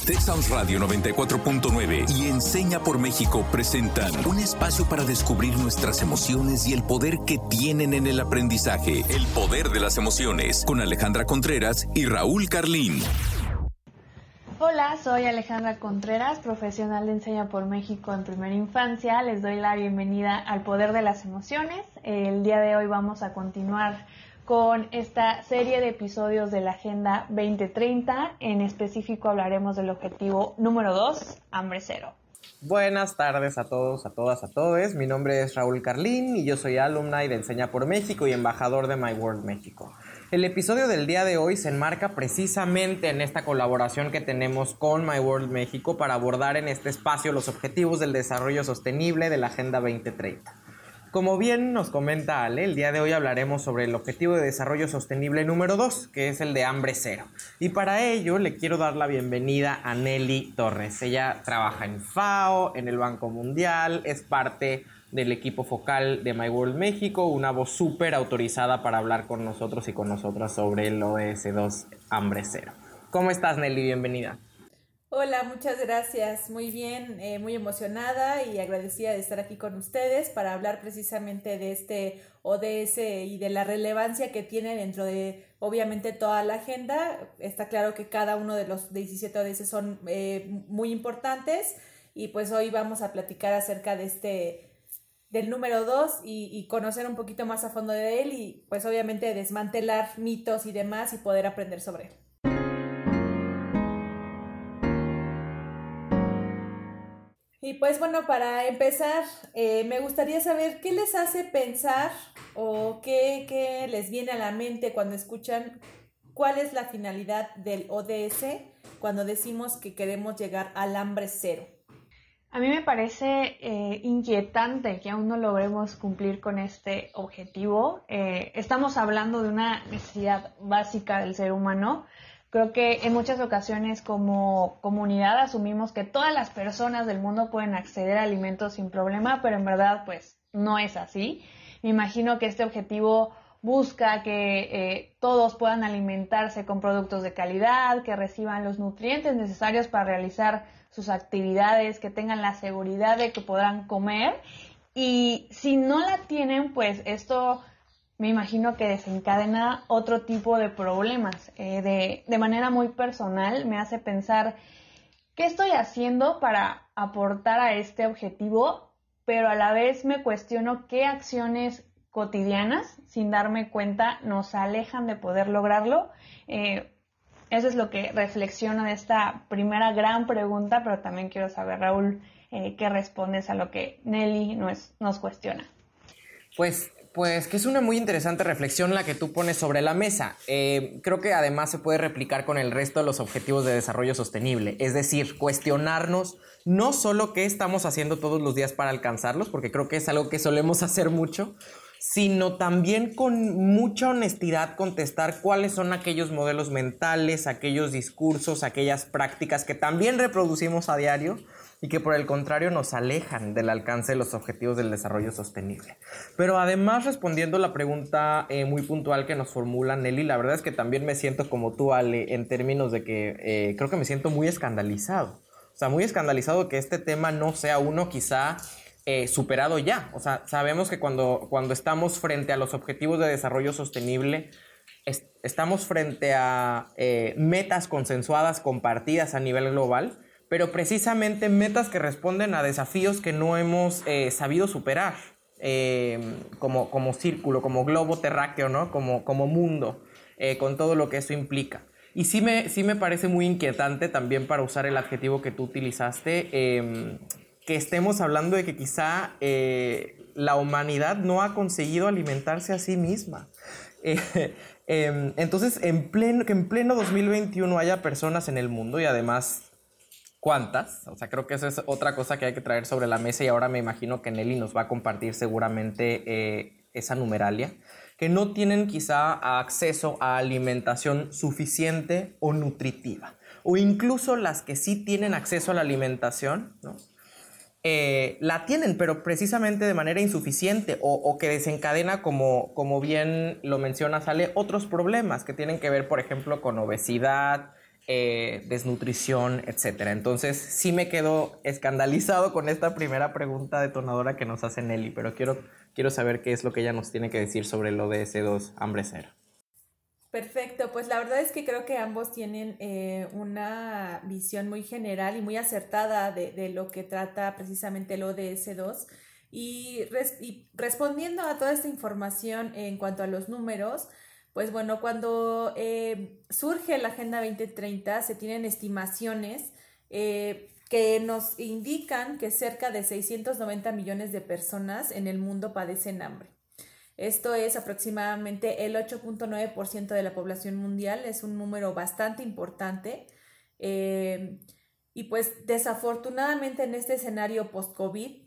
Tech Sounds Radio 94.9 y Enseña por México presentan un espacio para descubrir nuestras emociones y el poder que tienen en el aprendizaje. El poder de las emociones, con Alejandra Contreras y Raúl Carlín. Hola, soy Alejandra Contreras, profesional de Enseña por México en primera infancia. Les doy la bienvenida al poder de las emociones. El día de hoy vamos a continuar con esta serie de episodios de la Agenda 2030. En específico hablaremos del objetivo número 2, hambre cero. Buenas tardes a todos, a todas, a todos. Mi nombre es Raúl Carlín y yo soy alumni de Enseña por México y embajador de My World México. El episodio del día de hoy se enmarca precisamente en esta colaboración que tenemos con My World México para abordar en este espacio los objetivos del desarrollo sostenible de la Agenda 2030. Como bien nos comenta Ale, el día de hoy hablaremos sobre el objetivo de desarrollo sostenible número 2, que es el de hambre cero. Y para ello le quiero dar la bienvenida a Nelly Torres. Ella trabaja en FAO, en el Banco Mundial, es parte del equipo focal de My World México, una voz súper autorizada para hablar con nosotros y con nosotras sobre el ODS 2 hambre cero. ¿Cómo estás, Nelly? Bienvenida. Hola, muchas gracias. Muy bien, muy emocionada y agradecida de estar aquí con ustedes para hablar precisamente de este ODS y de la relevancia que tiene dentro de, obviamente, toda la agenda. Está claro que cada uno de los 17 ODS son muy importantes y pues hoy vamos a platicar acerca de del número 2 y conocer un poquito más a fondo de él y pues obviamente desmantelar mitos y demás y poder aprender sobre él. Y pues bueno, para empezar, me gustaría saber qué les hace pensar o qué les viene a la mente cuando escuchan cuál es la finalidad del ODS cuando decimos que queremos llegar al hambre cero. A mí me parece inquietante que aún no logremos cumplir con este objetivo. Estamos hablando de una necesidad básica del ser humano. Creo que en muchas ocasiones como comunidad asumimos que todas las personas del mundo pueden acceder a alimentos sin problema, pero en verdad pues no es así. Me imagino que este objetivo busca que todos puedan alimentarse con productos de calidad, que reciban los nutrientes necesarios para realizar sus actividades, que tengan la seguridad de que podrán comer. Y si no la tienen, pues esto me imagino que desencadena otro tipo de problemas. De manera muy personal me hace pensar qué estoy haciendo para aportar a este objetivo, pero a la vez me cuestiono qué acciones cotidianas, sin darme cuenta, nos alejan de poder lograrlo. Eso es lo que reflexiono de esta primera gran pregunta, pero también quiero saber, Raúl, qué respondes a lo que Nelly nos cuestiona. Pues que es una muy interesante reflexión la que tú pones sobre la mesa. Creo que además se puede replicar con el resto de los objetivos de desarrollo sostenible. Es decir, cuestionarnos no solo qué estamos haciendo todos los días para alcanzarlos, porque creo que es algo que solemos hacer mucho, sino también con mucha honestidad contestar cuáles son aquellos modelos mentales, aquellos discursos, aquellas prácticas que también reproducimos a diario y que por el contrario nos alejan del alcance de los objetivos del desarrollo sostenible. Pero además, respondiendo la pregunta muy puntual que nos formula Nelly, la verdad es que también me siento como tú, Ale, en términos de que creo que me siento muy escandalizado. O sea, muy escandalizado que este tema no sea uno quizá superado ya. O sea, sabemos que cuando estamos frente a los objetivos de desarrollo sostenible, estamos frente a metas consensuadas, compartidas a nivel global, pero precisamente metas que responden a desafíos que no hemos sabido superar, como círculo, como globo terráqueo, ¿no? Como mundo, con todo lo que eso implica. Y sí me parece muy inquietante también, para usar el adjetivo que tú utilizaste, que estemos hablando de que quizá la humanidad no ha conseguido alimentarse a sí misma. Entonces, que en pleno 2021 haya personas en el mundo, y además, ¿cuántas? O sea, creo que eso es otra cosa que hay que traer sobre la mesa, y ahora me imagino que Nelly nos va a compartir seguramente esa numeralia, que no tienen quizá acceso a alimentación suficiente o nutritiva, o incluso las que sí tienen acceso a la alimentación, ¿no? La tienen, pero precisamente de manera insuficiente o que desencadena, como bien lo menciona, sale otros problemas que tienen que ver, por ejemplo, con obesidad, desnutrición, etcétera. Entonces, sí me quedo escandalizado con esta primera pregunta detonadora que nos hace Nelly, pero quiero saber qué es lo que ella nos tiene que decir sobre el ODS2 hambre cero. Perfecto, pues la verdad es que creo que ambos tienen una visión muy general y muy acertada de lo que trata precisamente el ODS2 y respondiendo a toda esta información en cuanto a los números, pues bueno, cuando surge la Agenda 2030 se tienen estimaciones que nos indican que cerca de 690 millones de personas en el mundo padecen hambre. Esto es aproximadamente el 8.9% de la población mundial, es un número bastante importante y pues desafortunadamente en este escenario post-COVID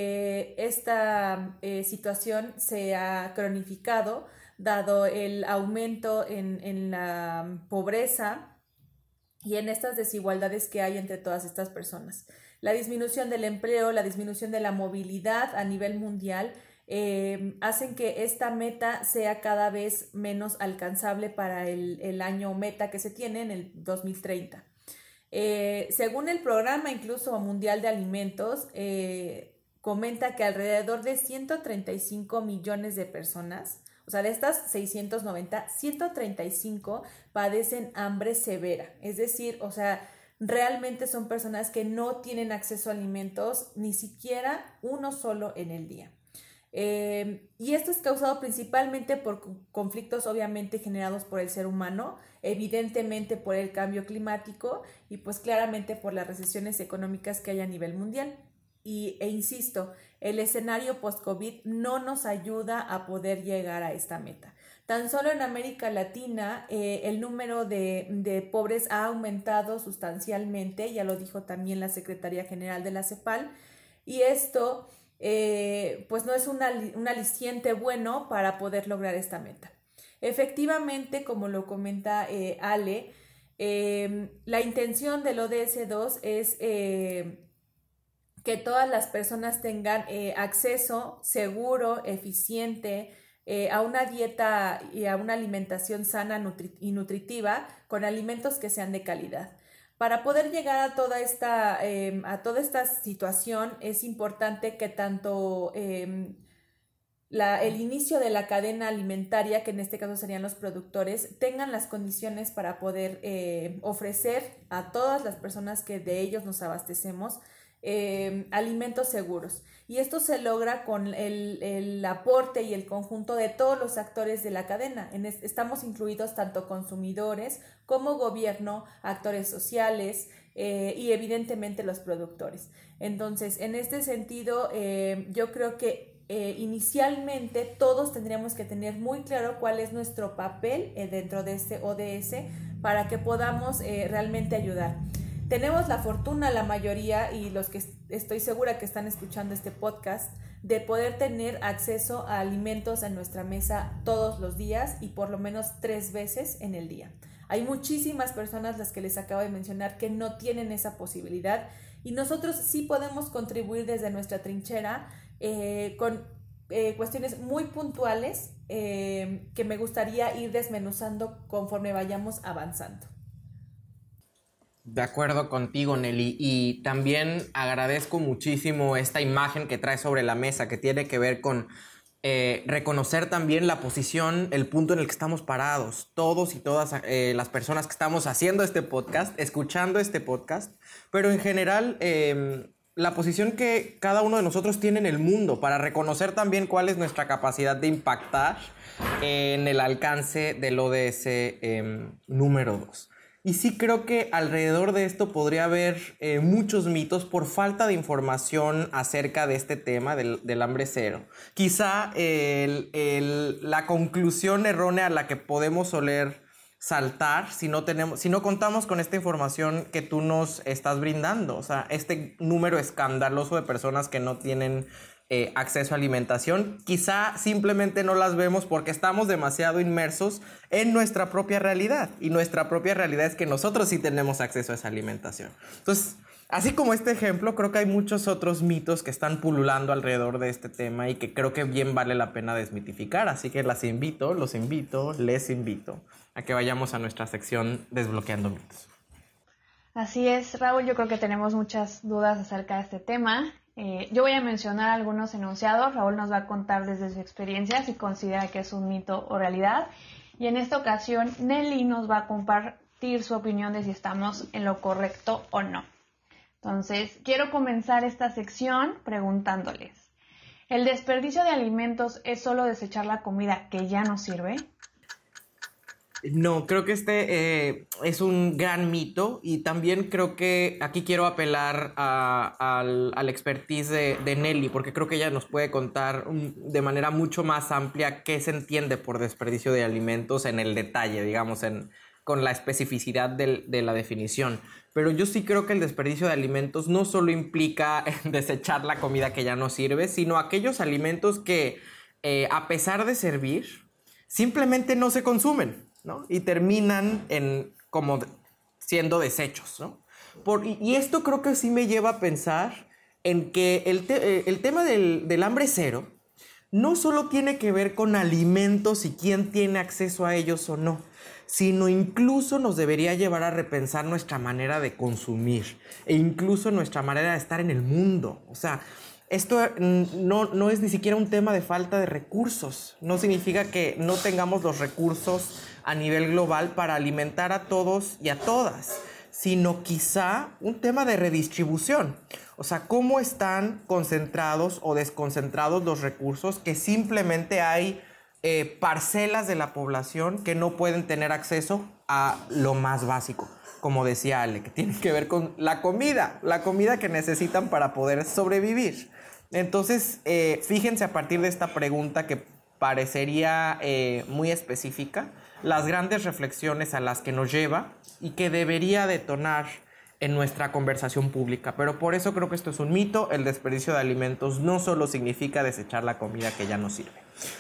esta situación se ha cronificado dado el aumento en la pobreza y en estas desigualdades que hay entre todas estas personas. La disminución del empleo, la disminución de la movilidad a nivel mundial hacen que esta meta sea cada vez menos alcanzable para el año meta que se tiene en el 2030. Según el Programa incluso Mundial de Alimentos, comenta que alrededor de 135 millones de personas, o sea, de estas 690, 135 padecen hambre severa. Es decir, o sea, realmente son personas que no tienen acceso a alimentos, ni siquiera uno solo en el día. Y esto es causado principalmente por conflictos obviamente generados por el ser humano, evidentemente por el cambio climático y pues claramente por las recesiones económicas que hay a nivel mundial. E insisto, el escenario post-COVID no nos ayuda a poder llegar a esta meta. Tan solo en América Latina el número de pobres ha aumentado sustancialmente, ya lo dijo también la Secretaría General de la CEPAL, y esto pues no es un aliciente bueno para poder lograr esta meta. Efectivamente, como lo comenta Ale, la intención del ODS2 es que todas las personas tengan acceso seguro, eficiente, a una dieta y a una alimentación sana y nutritiva con alimentos que sean de calidad. Para poder llegar a toda esta situación es importante que tanto el inicio de la cadena alimentaria, que en este caso serían los productores, tengan las condiciones para poder ofrecer a todas las personas que de ellos nos abastecemos alimentos seguros. Y esto se logra con el aporte y el conjunto de todos los actores de la cadena. Estamos incluidos tanto consumidores como gobierno, actores sociales y evidentemente los productores. Entonces, en este sentido, yo creo que inicialmente todos tendríamos que tener muy claro cuál es nuestro papel dentro de este ODS para que podamos realmente ayudar. Tenemos la fortuna, la mayoría, y los que estoy segura que están escuchando este podcast, de poder tener acceso a alimentos en nuestra mesa todos los días y por lo menos 3 veces en el día. Hay muchísimas personas, las que les acabo de mencionar, que no tienen esa posibilidad y nosotros sí podemos contribuir desde nuestra trinchera con cuestiones muy puntuales que me gustaría ir desmenuzando conforme vayamos avanzando. De acuerdo contigo, Nelly, y también agradezco muchísimo esta imagen que traes sobre la mesa, que tiene que ver con reconocer también la posición, el punto en el que estamos parados, todos y todas las personas que estamos haciendo este podcast, escuchando este podcast, pero en general la posición que cada uno de nosotros tiene en el mundo, para reconocer también cuál es nuestra capacidad de impactar en el alcance del ODS número 2. Y sí creo que alrededor de esto podría haber muchos mitos por falta de información acerca de este tema del hambre cero. Quizá la conclusión errónea a la que podemos soler saltar si no contamos con esta información que tú nos estás brindando. O sea, este número escandaloso de personas que no tienen acceso a alimentación, quizá simplemente no las vemos porque estamos demasiado inmersos en nuestra propia realidad, y nuestra propia realidad es que nosotros sí tenemos acceso a esa alimentación. Entonces, así como este ejemplo, creo que hay muchos otros mitos que están pululando alrededor de este tema y que creo que bien vale la pena desmitificar, así que les invito a que vayamos a nuestra sección Desbloqueando Mitos. Así es, Raúl, yo creo que tenemos muchas dudas acerca de este tema. Yo voy a mencionar algunos enunciados, Raúl nos va a contar desde su experiencia si considera que es un mito o realidad. Y en esta ocasión, Nelly nos va a compartir su opinión de si estamos en lo correcto o no. Entonces, quiero comenzar esta sección preguntándoles, ¿el desperdicio de alimentos es solo desechar la comida que ya no sirve? No, creo que este es un gran mito y también creo que aquí quiero apelar al expertise de Nelly, porque creo que ella nos puede contar de manera mucho más amplia qué se entiende por desperdicio de alimentos en el detalle, digamos, con la especificidad de la definición. Pero yo sí creo que el desperdicio de alimentos no solo implica desechar la comida que ya no sirve, sino aquellos alimentos que, a pesar de servir, simplemente no se consumen, ¿no? Y terminan como siendo desechos, ¿no? Y esto creo que sí me lleva a pensar en que el tema del hambre cero no solo tiene que ver con alimentos y quién tiene acceso a ellos o no, sino incluso nos debería llevar a repensar nuestra manera de consumir e incluso nuestra manera de estar en el mundo. O sea, esto no es ni siquiera un tema de falta de recursos. No significa que no tengamos los recursos a nivel global para alimentar a todos y a todas, sino quizá un tema de redistribución. O sea, cómo están concentrados o desconcentrados los recursos, que simplemente hay parcelas de la población que no pueden tener acceso a lo más básico, como decía Ale, que tiene que ver con la comida que necesitan para poder sobrevivir. Entonces, fíjense a partir de esta pregunta que parecería muy específica, las grandes reflexiones a las que nos lleva y que debería detonar en nuestra conversación pública. Pero por eso creo que esto es un mito. El desperdicio de alimentos no solo significa desechar la comida que ya no sirve.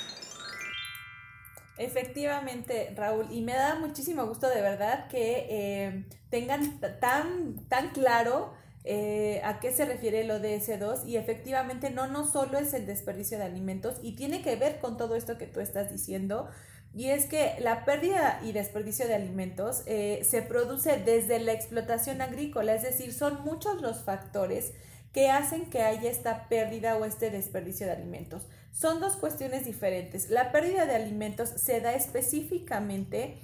Efectivamente, Raúl, y me da muchísimo gusto de verdad que tengan tan claro a qué se refiere el ODS 2 y efectivamente no solo es el desperdicio de alimentos y tiene que ver con todo esto que tú estás diciendo, y es que la pérdida y desperdicio de alimentos se produce desde la explotación agrícola, es decir, son muchos los factores que hacen que haya esta pérdida o este desperdicio de alimentos. Son dos cuestiones diferentes. La pérdida de alimentos se da específicamente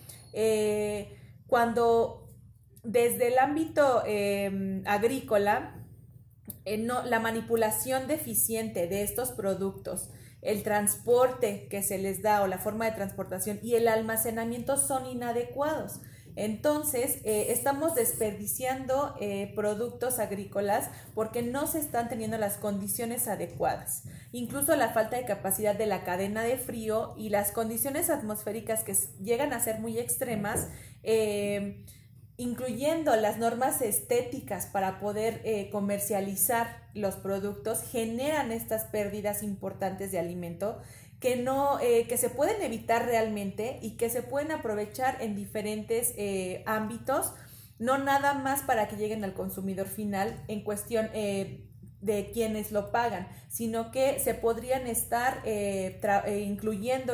cuando desde el ámbito agrícola, la manipulación deficiente de estos productos, el transporte que se les da o la forma de transportación y el almacenamiento son inadecuados. Entonces, estamos desperdiciando productos agrícolas porque no se están teniendo las condiciones adecuadas. Incluso la falta de capacidad de la cadena de frío y las condiciones atmosféricas que llegan a ser muy extremas, incluyendo las normas estéticas para poder comercializar los productos, generan estas pérdidas importantes de alimento que se pueden evitar realmente y que se pueden aprovechar en diferentes ámbitos, no nada más para que lleguen al consumidor final en cuestión de quienes lo pagan, sino que se podrían estar incluyendo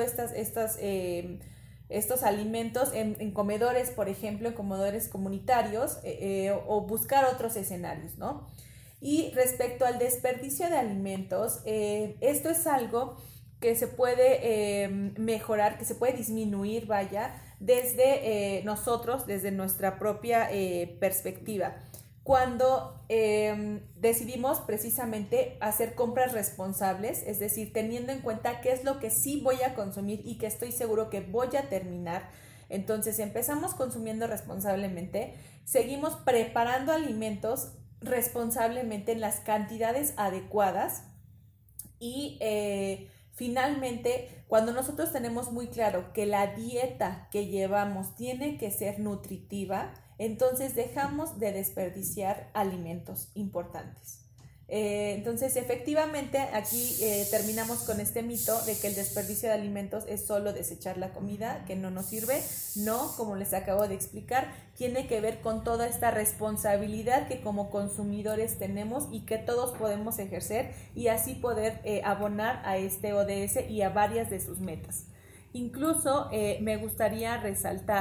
estos alimentos en comedores, por ejemplo, en comedores comunitarios o buscar otros escenarios, ¿no? Y respecto al desperdicio de alimentos, esto es algo que se puede mejorar, que se puede disminuir, desde nosotros, desde nuestra propia perspectiva. Cuando decidimos precisamente hacer compras responsables, es decir, teniendo en cuenta qué es lo que sí voy a consumir y que estoy seguro que voy a terminar, entonces empezamos consumiendo responsablemente, seguimos preparando alimentos responsablemente en las cantidades adecuadas y finalmente, cuando nosotros tenemos muy claro que la dieta que llevamos tiene que ser nutritiva, entonces dejamos de desperdiciar alimentos importantes. Entonces, efectivamente, aquí terminamos con este mito de que el desperdicio de alimentos es solo desechar la comida que no nos sirve. No, como les acabo de explicar, tiene que ver con toda esta responsabilidad que como consumidores tenemos y que todos podemos ejercer y así poder abonar a este ODS y a varias de sus metas. Incluso me gustaría resaltar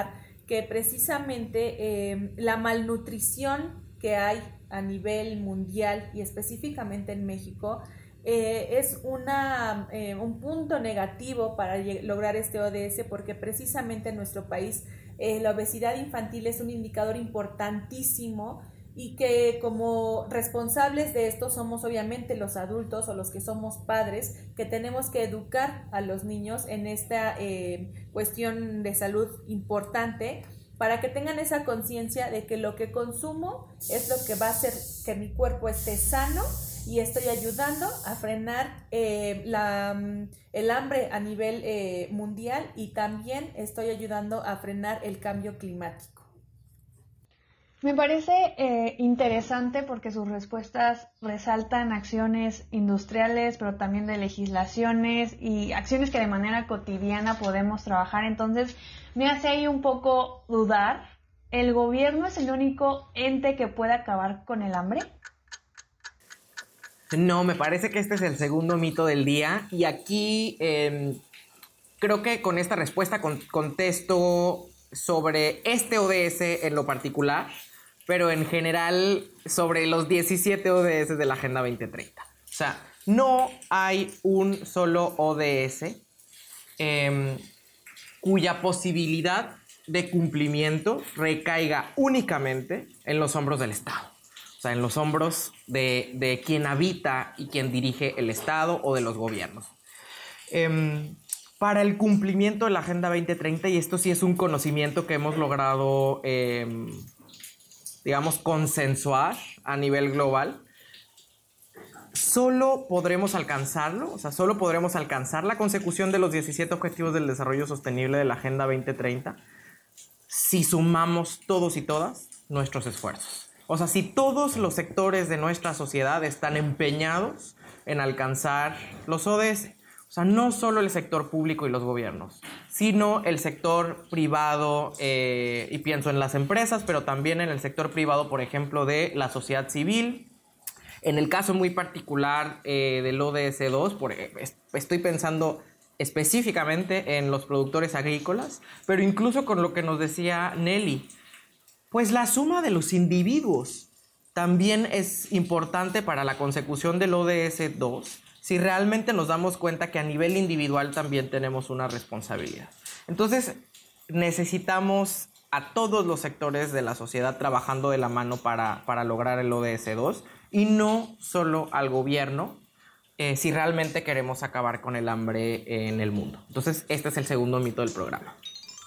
que precisamente la malnutrición que hay a nivel mundial y específicamente en México es un punto negativo para lograr este ODS, porque precisamente en nuestro país la obesidad infantil es un indicador importantísimo y que como responsables de esto somos obviamente los adultos o los que somos padres, que tenemos que educar a los niños en esta cuestión de salud importante, para que tengan esa conciencia de que lo que consumo es lo que va a hacer que mi cuerpo esté sano, y estoy ayudando a frenar el hambre a nivel mundial, y también estoy ayudando a frenar el cambio climático. Me parece interesante porque sus respuestas resaltan acciones industriales, pero también de legislaciones y acciones que de manera cotidiana podemos trabajar. Entonces, me hace ahí un poco dudar. ¿El gobierno es el único ente que puede acabar con el hambre? No, me parece que este es el segundo mito del día, y aquí creo que con esta respuesta contesto sobre este ODS en lo particular, pero en general sobre los 17 ODS de la Agenda 2030. O sea, no hay un solo ODS cuya posibilidad de cumplimiento recaiga únicamente en los hombros del Estado. O sea, en los hombros de quien habita y quien dirige el Estado o de los gobiernos. Para el cumplimiento de la Agenda 2030, y esto sí es un conocimiento que hemos logrado digamos, consensuar a nivel global, solo podremos alcanzarlo, o sea, solo podremos alcanzar la consecución de los 17 Objetivos del Desarrollo Sostenible de la Agenda 2030 si sumamos todos y todas nuestros esfuerzos. O sea, si todos los sectores de nuestra sociedad están empeñados en alcanzar los ODS. O sea, no solo el sector público y los gobiernos, sino el sector privado, y pienso en las empresas, pero también en el sector privado, por ejemplo, de la sociedad civil. En el caso muy particular del ODS 2, estoy pensando específicamente en los productores agrícolas, pero incluso con lo que nos decía Nelly, pues la suma de los individuos también es importante para la consecución del ODS 2, si realmente nos damos cuenta que a nivel individual también tenemos una responsabilidad. Entonces, necesitamos a todos los sectores de la sociedad trabajando de la mano para lograr el ODS 2, y no solo al gobierno, si realmente queremos acabar con el hambre en el mundo. Entonces, este es el segundo mito del programa.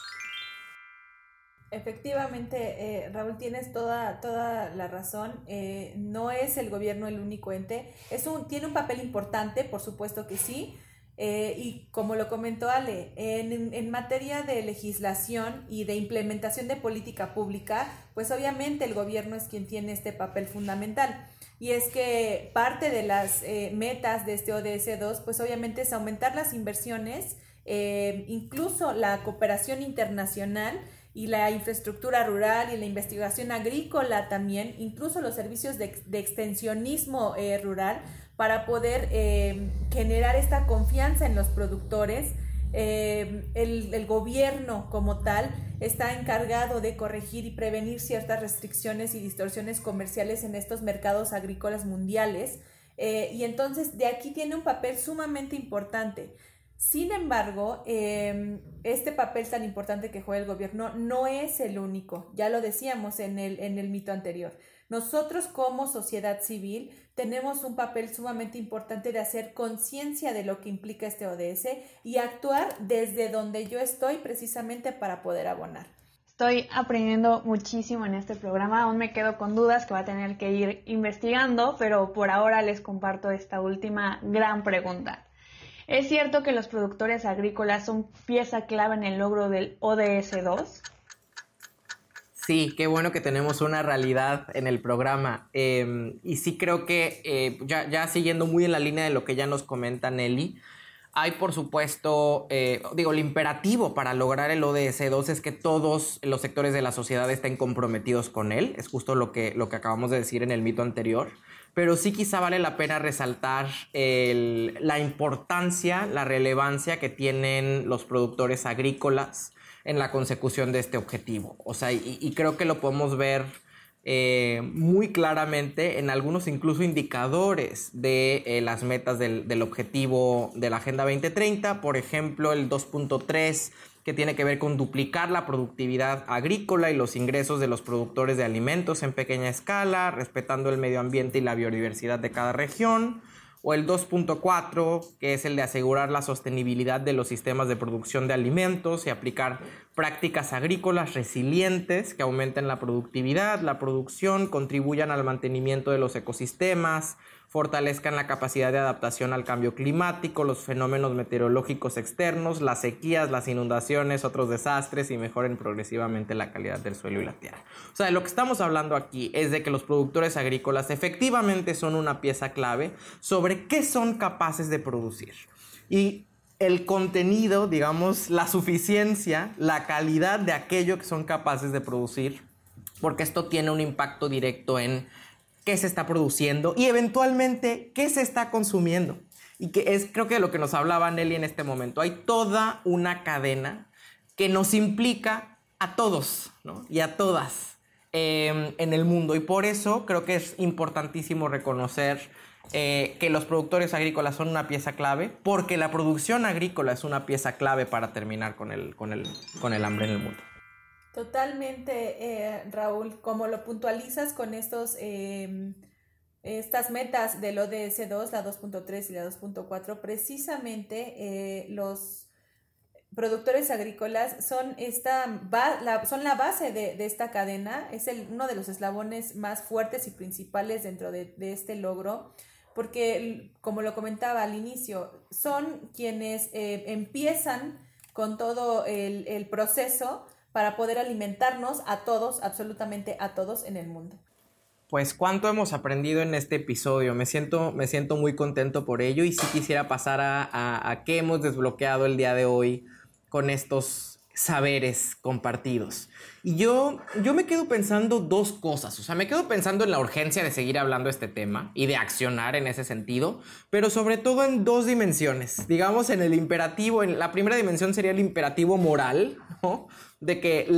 Efectivamente, Raúl, tienes toda la razón. No es el gobierno el único ente. Tiene un papel importante, por supuesto que sí. Y como lo comentó Ale, en materia de legislación y de implementación de política pública, pues obviamente el gobierno es quien tiene este papel fundamental. Y es que parte de las metas de este ODS 2, pues obviamente es aumentar las inversiones, incluso la cooperación internacional y la infraestructura rural y la investigación agrícola también, incluso los servicios de extensionismo rural, para poder generar esta confianza en los productores. El gobierno como tal está encargado de corregir y prevenir ciertas restricciones y distorsiones comerciales en estos mercados agrícolas mundiales, y entonces de aquí tiene un papel sumamente importante. Sin embargo, este papel tan importante que juega el gobierno no es el único, ya lo decíamos en el mito anterior. Nosotros como sociedad civil tenemos un papel sumamente importante de hacer conciencia de lo que implica este ODS y actuar desde donde yo estoy precisamente para poder abonar. Estoy aprendiendo muchísimo en este programa, aún me quedo con dudas que voy a tener que ir investigando, pero por ahora les comparto esta última gran pregunta. ¿Es cierto que los productores agrícolas son pieza clave en el logro del ODS 2? Sí, qué bueno que tenemos una realidad en el programa. Y sí creo que, ya siguiendo muy en la línea de lo que ya nos comenta Nelly, hay por supuesto, el imperativo para lograr el ODS 2 es que todos los sectores de la sociedad estén comprometidos con él. Es justo lo que acabamos de decir en el mito anterior. Pero sí quizá vale la pena resaltar la importancia, la relevancia que tienen los productores agrícolas en la consecución de este objetivo. O sea, y creo que lo podemos ver muy claramente en algunos incluso indicadores de las metas del objetivo de la Agenda 2030, por ejemplo el 2.3, que tiene que ver con duplicar la productividad agrícola y los ingresos de los productores de alimentos en pequeña escala, respetando el medio ambiente y la biodiversidad de cada región. O el 2.4, que es el de asegurar la sostenibilidad de los sistemas de producción de alimentos y aplicar prácticas agrícolas resilientes que aumenten la productividad, la producción, contribuyan al mantenimiento de los ecosistemas, fortalezcan la capacidad de adaptación al cambio climático, los fenómenos meteorológicos externos, las sequías, las inundaciones, otros desastres y mejoren progresivamente la calidad del suelo y la tierra. O sea, de lo que estamos hablando aquí es de que los productores agrícolas efectivamente son una pieza clave sobre qué son capaces de producir. Y el contenido, digamos, la suficiencia, la calidad de aquello que son capaces de producir, porque esto tiene un impacto directo en qué se está produciendo y eventualmente qué se está consumiendo. Y que es, creo que de lo que nos hablaba Nelly en este momento, hay toda una cadena que nos implica a todos, ¿no? Y a todas en el mundo. Y por eso creo que es importantísimo reconocer que los productores agrícolas son una pieza clave, porque la producción agrícola es una pieza clave para terminar con el hambre en el mundo. Totalmente, Raúl, como lo puntualizas con estas metas del ODS 2, la 2.3 y la 2.4, precisamente los productores agrícolas son la base de esta cadena, es uno de los eslabones más fuertes y principales dentro de este logro, porque, como lo comentaba al inicio, son quienes empiezan con todo el proceso para poder alimentarnos a todos, absolutamente a todos en el mundo. Pues cuánto hemos aprendido en este episodio, me siento muy contento por ello y sí quisiera pasar a qué hemos desbloqueado el día de hoy con estos saberes compartidos. Y yo me quedo pensando dos cosas, o sea, me quedo pensando en la urgencia de seguir hablando de este tema y de accionar en ese sentido, pero sobre todo en dos dimensiones. Digamos, en el imperativo, en la primera dimensión sería el imperativo moral, ¿no? De que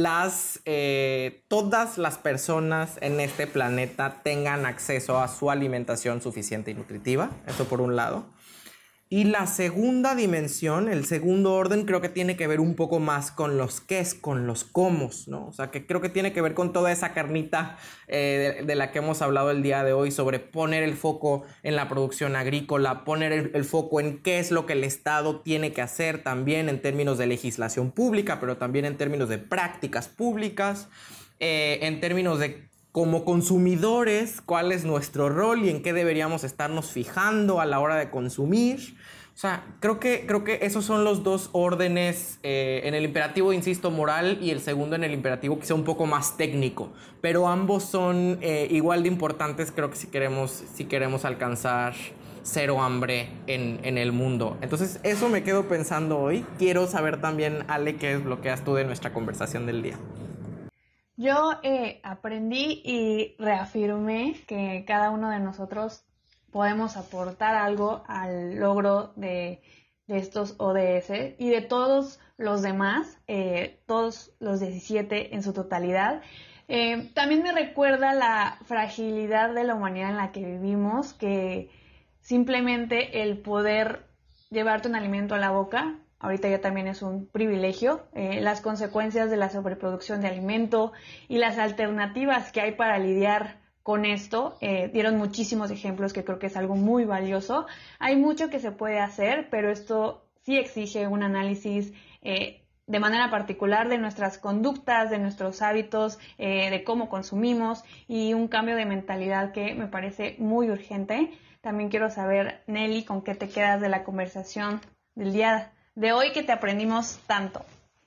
todas las personas en este planeta tengan acceso a su alimentación suficiente y nutritiva, eso por un lado. Y la segunda dimensión, el segundo orden, creo que tiene que ver un poco más con los qués, con los cómos, ¿no? O sea, que creo que tiene que ver con toda esa carnita de la que hemos hablado el día de hoy, sobre poner el foco en la producción agrícola, poner el foco en qué es lo que el Estado tiene que hacer también en términos de legislación pública, pero también en términos de prácticas públicas, en términos de como consumidores, cuál es nuestro rol y en qué deberíamos estarnos fijando a la hora de consumir. O sea, creo que esos son los dos órdenes, en el imperativo, insisto, moral, y el segundo en el imperativo quizá un poco más técnico, pero ambos son igual de importantes, creo que si queremos alcanzar cero hambre en el mundo. Entonces eso me quedo pensando hoy. Quiero saber también, Ale, qué desbloqueas tú de nuestra conversación del día. Yo aprendí y reafirmé que cada uno de nosotros podemos aportar algo al logro de estos ODS y de todos los demás, todos los 17 en su totalidad. También me recuerda la fragilidad de la humanidad en la que vivimos, que simplemente el poder llevarte un alimento a la boca ahorita ya también es un privilegio. Las consecuencias de la sobreproducción de alimento y las alternativas que hay para lidiar con esto, dieron muchísimos ejemplos que creo que es algo muy valioso. Hay mucho que se puede hacer, pero esto sí exige un análisis de manera particular de nuestras conductas, de nuestros hábitos, de cómo consumimos y un cambio de mentalidad que me parece muy urgente. También quiero saber, Nelly, con qué te quedas de la conversación del día de hoy que te aprendimos tanto.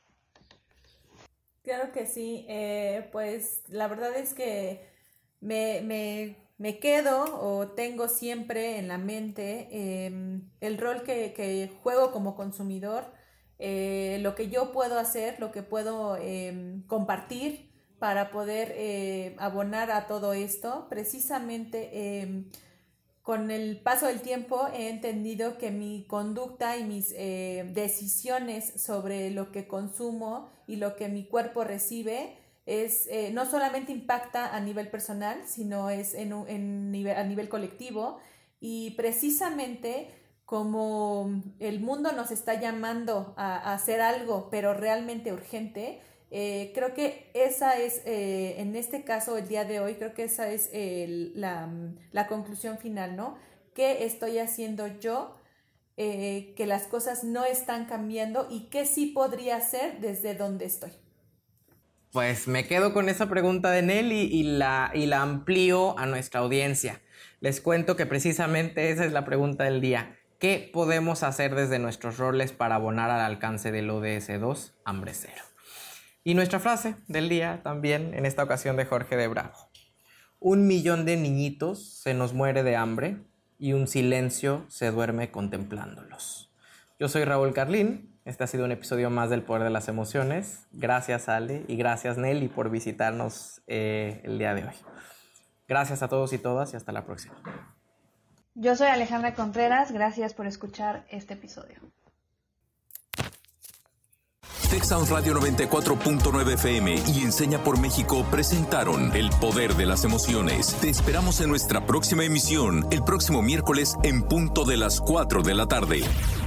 Claro que sí, pues la verdad es que me quedo o tengo siempre en la mente el rol que juego como consumidor, lo que yo puedo hacer, lo que puedo compartir para poder abonar a todo esto. Precisamente con el paso del tiempo he entendido que mi conducta y mis decisiones sobre lo que consumo y lo que mi cuerpo recibe no solamente impacta a nivel personal, sino es a nivel colectivo, y precisamente como el mundo nos está llamando a hacer algo, pero realmente urgente, creo que esa es, en este caso, el día de hoy, creo que esa es la conclusión final, ¿no? ¿Qué estoy haciendo yo? Que las cosas no están cambiando y qué sí podría hacer desde donde estoy. Pues me quedo con esa pregunta de Nelly y la amplío a nuestra audiencia. Les cuento que precisamente esa es la pregunta del día. ¿Qué podemos hacer desde nuestros roles para abonar al alcance del ODS 2, hambre cero? Y nuestra frase del día también, en esta ocasión de Jorge de Bravo. 1 millón de niñitos se nos muere de hambre y un silencio se duerme contemplándolos. Yo soy Raúl Carlín. Este ha sido un episodio más del Poder de las Emociones. Gracias, Ale, y gracias, Nelly, por visitarnos el día de hoy. Gracias a todos y todas y hasta la próxima. Yo soy Alejandra Contreras. Gracias por escuchar este episodio. Tech Sounds Radio 94.9 FM y Enseña por México presentaron El Poder de las Emociones. Te esperamos en nuestra próxima emisión, el próximo miércoles en punto de las 4 de la tarde.